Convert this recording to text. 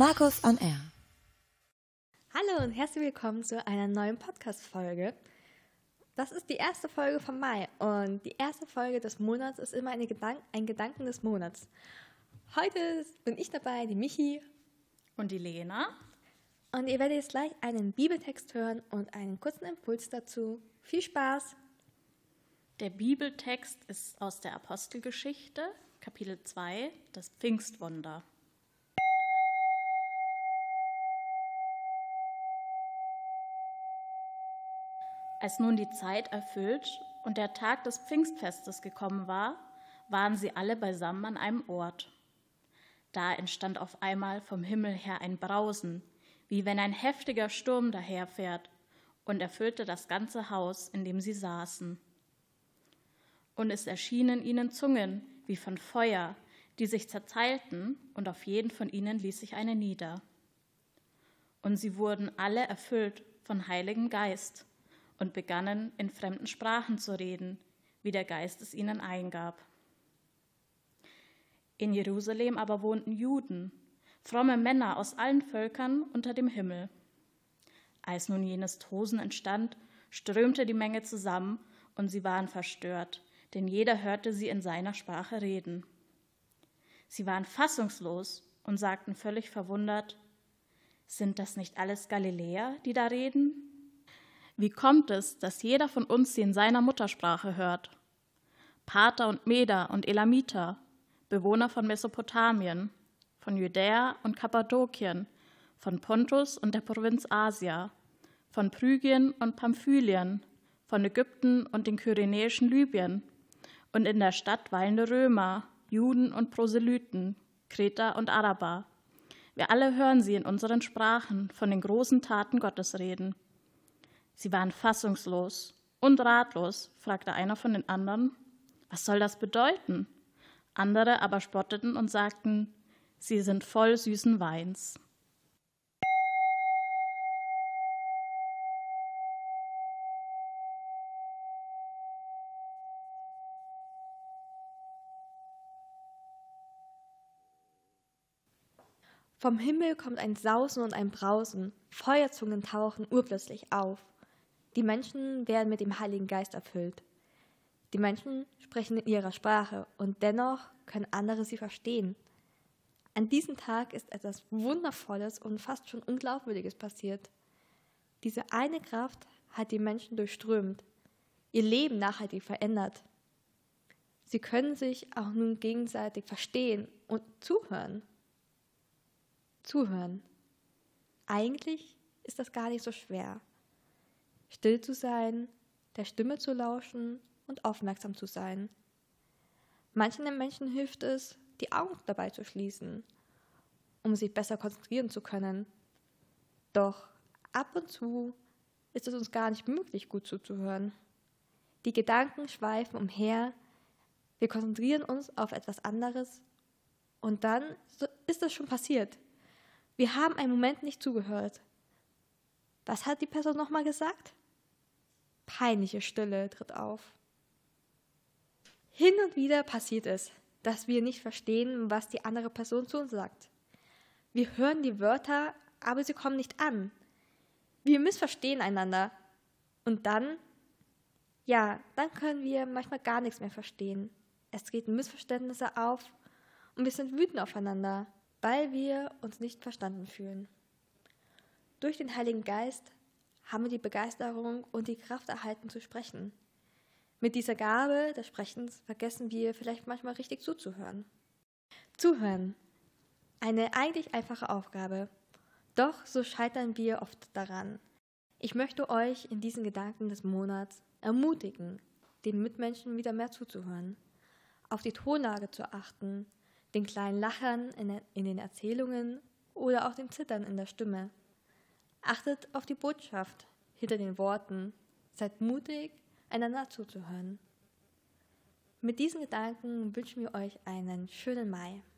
Markus on Air. Hallo und herzlich willkommen zu einer neuen Podcast-Folge. Das ist die erste Folge vom Mai und die erste Folge des Monats ist immer ein Gedanken des Monats. Heute bin ich dabei, die Michi und die Lena. Und ihr werdet jetzt gleich einen Bibeltext hören und einen kurzen Impuls dazu. Viel Spaß! Der Bibeltext ist aus der Apostelgeschichte, Kapitel 2, das Pfingstwunder. Als nun die Zeit erfüllt und der Tag des Pfingstfestes gekommen war, waren sie alle beisammen an einem Ort. Da entstand auf einmal vom Himmel her ein Brausen, wie wenn ein heftiger Sturm daherfährt, und erfüllte das ganze Haus, in dem sie saßen. Und es erschienen ihnen Zungen wie von Feuer, die sich zerteilten, und auf jeden von ihnen ließ sich eine nieder. Und sie wurden alle erfüllt von Heiligem Geist und begannen in fremden Sprachen zu reden, wie der Geist es ihnen eingab. In Jerusalem aber wohnten Juden, fromme Männer aus allen Völkern unter dem Himmel. Als nun jenes Tosen entstand, strömte die Menge zusammen, und sie waren verstört, denn jeder hörte sie in seiner Sprache reden. Sie waren fassungslos und sagten völlig verwundert: Sind das nicht alles Galiläer, die da reden? Wie kommt es, dass jeder von uns sie in seiner Muttersprache hört? Parther und Meder und Elamiter, Bewohner von Mesopotamien, von Judäa und Kappadokien, von Pontus und der Provinz Asia, von Phrygien und Pamphylien, von Ägypten und den kyrenäischen Libyen und in der Stadt weilende Römer, Juden und Proselyten, Kreter und Araber. Wir alle hören sie in unseren Sprachen von den großen Taten Gottes reden. Sie waren fassungslos und ratlos, fragte einer von den anderen. Was soll das bedeuten? Andere aber spotteten und sagten, sie sind voll süßen Weins. Vom Himmel kommt ein Sausen und ein Brausen, Feuerzungen tauchen urplötzlich auf. Die Menschen werden mit dem Heiligen Geist erfüllt. Die Menschen sprechen in ihrer Sprache und dennoch können andere sie verstehen. An diesem Tag ist etwas Wundervolles und fast schon Unglaubwürdiges passiert. Diese eine Kraft hat die Menschen durchströmt, ihr Leben nachhaltig verändert. Sie können sich auch nun gegenseitig verstehen und zuhören. Zuhören. Eigentlich ist das gar nicht so schwer. Still zu sein, der Stimme zu lauschen und aufmerksam zu sein. Manchen Menschen hilft es, die Augen dabei zu schließen, um sich besser konzentrieren zu können. Doch ab und zu ist es uns gar nicht möglich, gut zuzuhören. Die Gedanken schweifen umher, wir konzentrieren uns auf etwas anderes und dann ist es schon passiert. Wir haben einen Moment nicht zugehört. Was hat die Person nochmal gesagt? Peinliche Stille tritt auf. Hin und wieder passiert es, dass wir nicht verstehen, was die andere Person zu uns sagt. Wir hören die Wörter, aber sie kommen nicht an. Wir missverstehen einander. Und dann können wir manchmal gar nichts mehr verstehen. Es treten Missverständnisse auf und wir sind wütend aufeinander, weil wir uns nicht verstanden fühlen. Durch den Heiligen Geist haben wir die Begeisterung und die Kraft erhalten zu sprechen. Mit dieser Gabe des Sprechens vergessen wir vielleicht manchmal richtig zuzuhören. Zuhören. Eine eigentlich einfache Aufgabe. Doch so scheitern wir oft daran. Ich möchte euch in diesen Gedanken des Monats ermutigen, den Mitmenschen wieder mehr zuzuhören, auf die Tonlage zu achten, den kleinen Lachern in den Erzählungen oder auch dem Zittern in der Stimme. Achtet auf die Botschaft hinter den Worten. Seid mutig, einander zuzuhören. Mit diesen Gedanken wünschen wir euch einen schönen Mai.